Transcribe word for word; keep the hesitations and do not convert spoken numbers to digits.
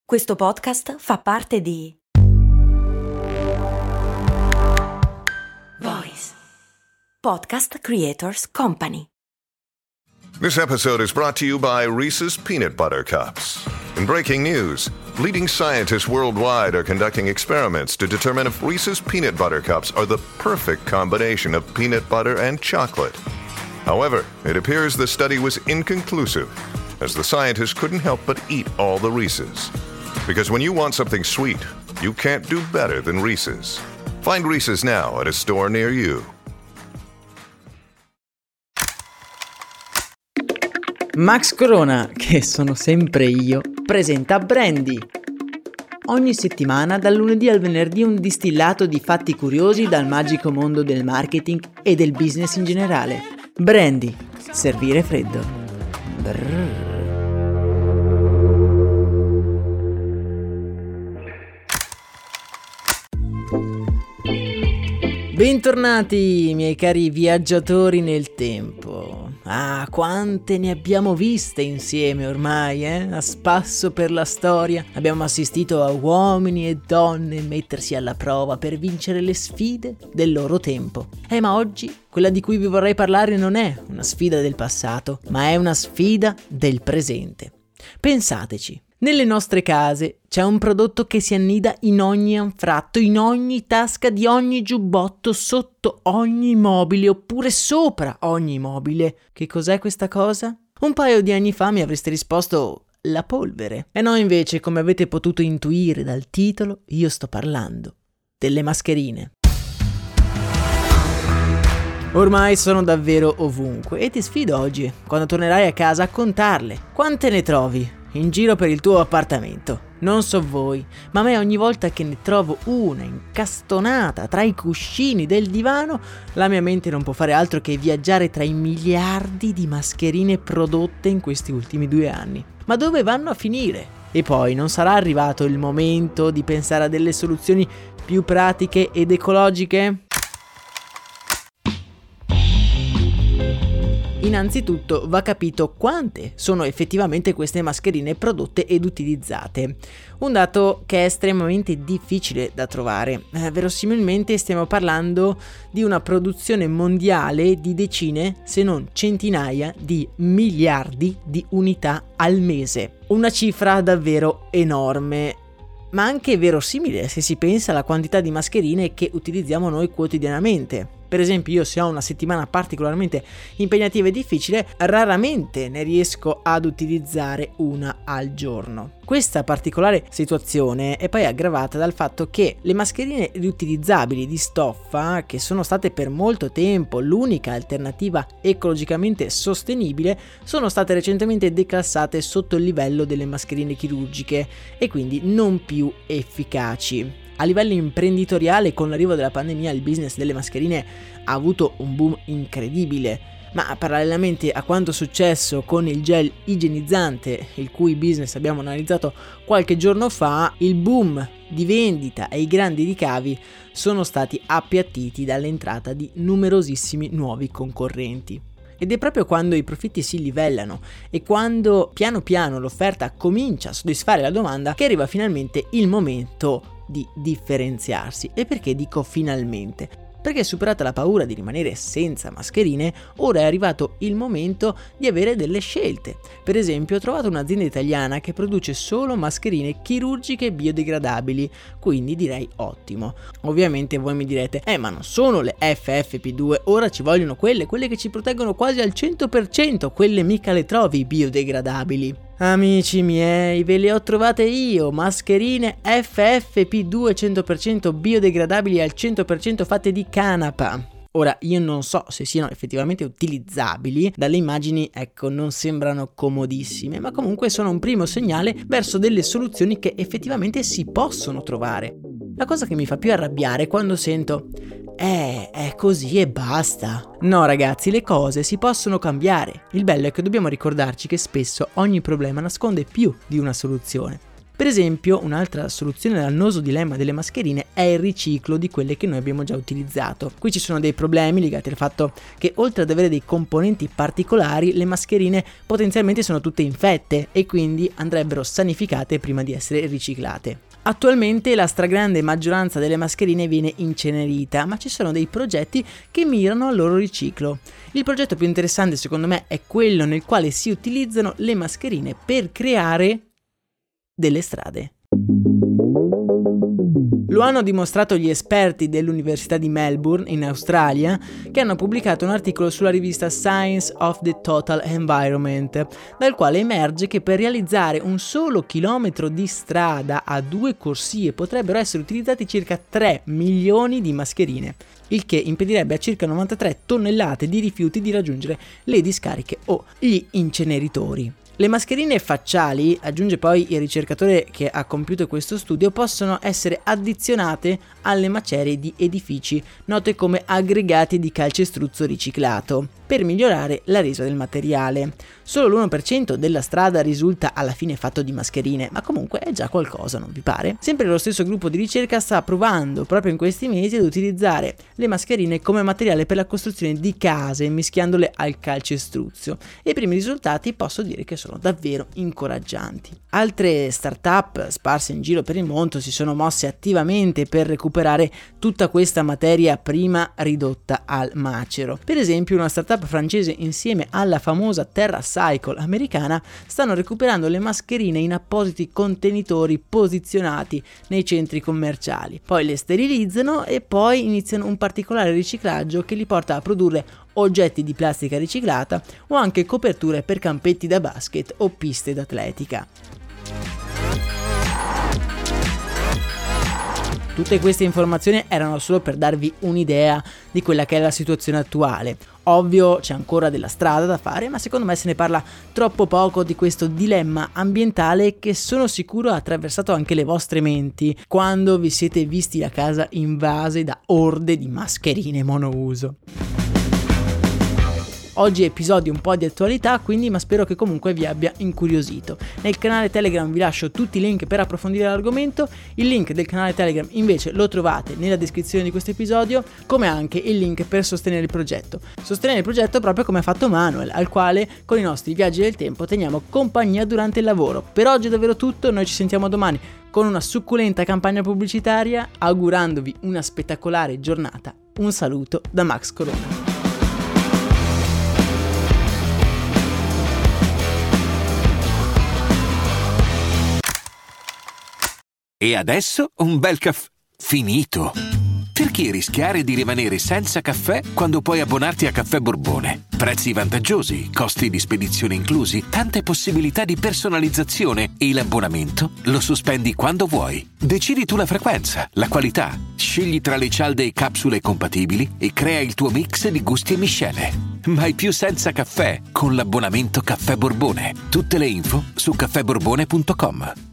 Questo podcast fa parte di Voice Podcast Creators Company. This episode is brought to you by Reese's Peanut Butter Cups. In breaking news, leading scientists worldwide are conducting experiments to determine if Reese's Peanut Butter Cups are the perfect combination of peanut butter and chocolate. However, it appears the study was inconclusive, as the scientists couldn't help but eat all the Reese's. Because when you want something sweet, you can't do better than Reese's. Find Reese's now at a store near you. Max Corona, che sono sempre io, presenta Brandy. Ogni settimana, dal lunedì al venerdì, un distillato di fatti curiosi dal magico mondo del marketing e del business in generale. Brandy, servire freddo. Brrr. Bentornati, miei cari viaggiatori nel tempo. Ah, quante ne abbiamo viste insieme ormai, eh? A spasso per la storia. Abbiamo assistito a uomini e donne mettersi alla prova per vincere le sfide del loro tempo. Eh, ma oggi quella di cui vi vorrei parlare non è una sfida del passato, ma è una sfida del presente. Pensateci. Nelle nostre case c'è un prodotto che si annida in ogni anfratto, in ogni tasca di ogni giubbotto, sotto ogni mobile oppure sopra ogni mobile. Che cos'è questa cosa? Un paio di anni fa mi avreste risposto la polvere. E no, invece, come avete potuto intuire dal titolo, io sto parlando delle mascherine. Ormai sono davvero ovunque e ti sfido oggi, quando tornerai a casa, a contarle. Quante ne trovi in giro per il tuo appartamento? Non so voi, ma a me ogni volta che ne trovo una incastonata tra i cuscini del divano, la mia mente non può fare altro che viaggiare tra i miliardi di mascherine prodotte in questi ultimi due anni. Ma dove vanno a finire? E poi non sarà arrivato il momento di pensare a delle soluzioni più pratiche ed ecologiche? Innanzitutto va capito quante sono effettivamente queste mascherine prodotte ed utilizzate, un dato che è estremamente difficile da trovare. Eh, verosimilmente stiamo parlando di una produzione mondiale di decine, se non centinaia di miliardi di unità al mese. Una cifra davvero enorme, ma anche verosimile se si pensa alla quantità di mascherine che utilizziamo noi quotidianamente. Per esempio, io se ho una settimana particolarmente impegnativa e difficile, raramente ne riesco ad utilizzare una al giorno. Questa particolare situazione è poi aggravata dal fatto che le mascherine riutilizzabili di stoffa, che sono state per molto tempo l'unica alternativa ecologicamente sostenibile, sono state recentemente declassate sotto il livello delle mascherine chirurgiche e quindi non più efficaci. A livello imprenditoriale, con l'arrivo della pandemia, il business delle mascherine ha avuto un boom incredibile, ma parallelamente a quanto successo con il gel igienizzante, il cui business abbiamo analizzato qualche giorno fa, il boom di vendita e i grandi ricavi sono stati appiattiti dall'entrata di numerosissimi nuovi concorrenti. Ed è proprio quando i profitti si livellano e quando piano piano l'offerta comincia a soddisfare la domanda che arriva finalmente il momento di differenziarsi. E perché dico finalmente? Perché superata la paura di rimanere senza mascherine, ora è arrivato il momento di avere delle scelte. Per esempio, ho trovato un'azienda italiana che produce solo mascherine chirurgiche biodegradabili, quindi direi ottimo. Ovviamente voi mi direte, eh ma non sono le F F P due, ora ci vogliono quelle, quelle che ci proteggono quasi al cento per cento, quelle mica le trovi biodegradabili. Amici miei, ve le ho trovate io, mascherine F F P due cento per cento biodegradabili al cento per cento fatte di canapa. Ora, io non so se siano effettivamente utilizzabili, dalle immagini, ecco, non sembrano comodissime, ma comunque sono un primo segnale verso delle soluzioni che effettivamente si possono trovare. La cosa che mi fa più arrabbiare è quando sento Eh, è così e basta. No ragazzi, le cose si possono cambiare. Il bello è che dobbiamo ricordarci che spesso ogni problema nasconde più di una soluzione. Per esempio, un'altra soluzione all'annoso dilemma delle mascherine è il riciclo di quelle che noi abbiamo già utilizzato. Qui ci sono dei problemi legati al fatto che oltre ad avere dei componenti particolari, le mascherine potenzialmente sono tutte infette e quindi andrebbero sanificate prima di essere riciclate. Attualmente la stragrande maggioranza delle mascherine viene incenerita, ma ci sono dei progetti che mirano al loro riciclo. Il progetto più interessante secondo me è quello nel quale si utilizzano le mascherine per creare delle strade. Lo hanno dimostrato gli esperti dell'Università di Melbourne in Australia, che hanno pubblicato un articolo sulla rivista Science of the Total Environment, dal quale emerge che per realizzare un solo chilometro di strada a due corsie potrebbero essere utilizzati circa tre milioni di mascherine, il che impedirebbe a circa novantatré tonnellate di rifiuti di raggiungere le discariche o gli inceneritori. Le mascherine facciali, aggiunge poi il ricercatore che ha compiuto questo studio, possono essere addizionate alle macerie di edifici, note come aggregati di calcestruzzo riciclato, per migliorare la resa del materiale. Solo l'uno per cento della strada risulta alla fine fatto di mascherine, ma comunque è già qualcosa, non vi pare? Sempre lo stesso gruppo di ricerca sta provando proprio in questi mesi ad utilizzare le mascherine come materiale per la costruzione di case, mischiandole al calcestruzzo, e i primi risultati posso dire che sono davvero incoraggianti. Altre start-up sparse in giro per il mondo si sono mosse attivamente per recuperare tutta questa materia prima ridotta al macero. Per esempio, una startup francese insieme alla famosa TerraCycle americana stanno recuperando le mascherine in appositi contenitori posizionati nei centri commerciali. Poi le sterilizzano e poi iniziano un particolare riciclaggio che li porta a produrre oggetti di plastica riciclata o anche coperture per campetti da basket o piste d'atletica. Tutte queste informazioni erano solo per darvi un'idea di quella che è la situazione attuale. Ovvio, c'è ancora della strada da fare, ma secondo me se ne parla troppo poco di questo dilemma ambientale che sono sicuro ha attraversato anche le vostre menti quando vi siete visti a casa invase da orde di mascherine monouso. Oggi episodio un po' di attualità, quindi, ma spero che comunque vi abbia incuriosito. Nel canale Telegram vi lascio tutti i link per approfondire l'argomento. Il link del canale Telegram invece lo trovate nella descrizione di questo episodio, come anche il link per sostenere il progetto. Sostenere il progetto proprio come ha fatto Manuel, al quale con i nostri viaggi del tempo teniamo compagnia durante il lavoro. Per oggi è davvero tutto, noi ci sentiamo domani con una succulenta campagna pubblicitaria, augurandovi una spettacolare giornata. Un saluto da Max Corona. E adesso un bel caffè finito. Perché rischiare di rimanere senza caffè quando puoi abbonarti a Caffè Borbone? Prezzi vantaggiosi, costi di spedizione inclusi, tante possibilità di personalizzazione e l'abbonamento lo sospendi quando vuoi. Decidi tu la frequenza, la qualità, scegli tra le cialde e capsule compatibili e crea il tuo mix di gusti e miscele. Mai più senza caffè con l'abbonamento Caffè Borbone. Tutte le info su caffè borbone punto com.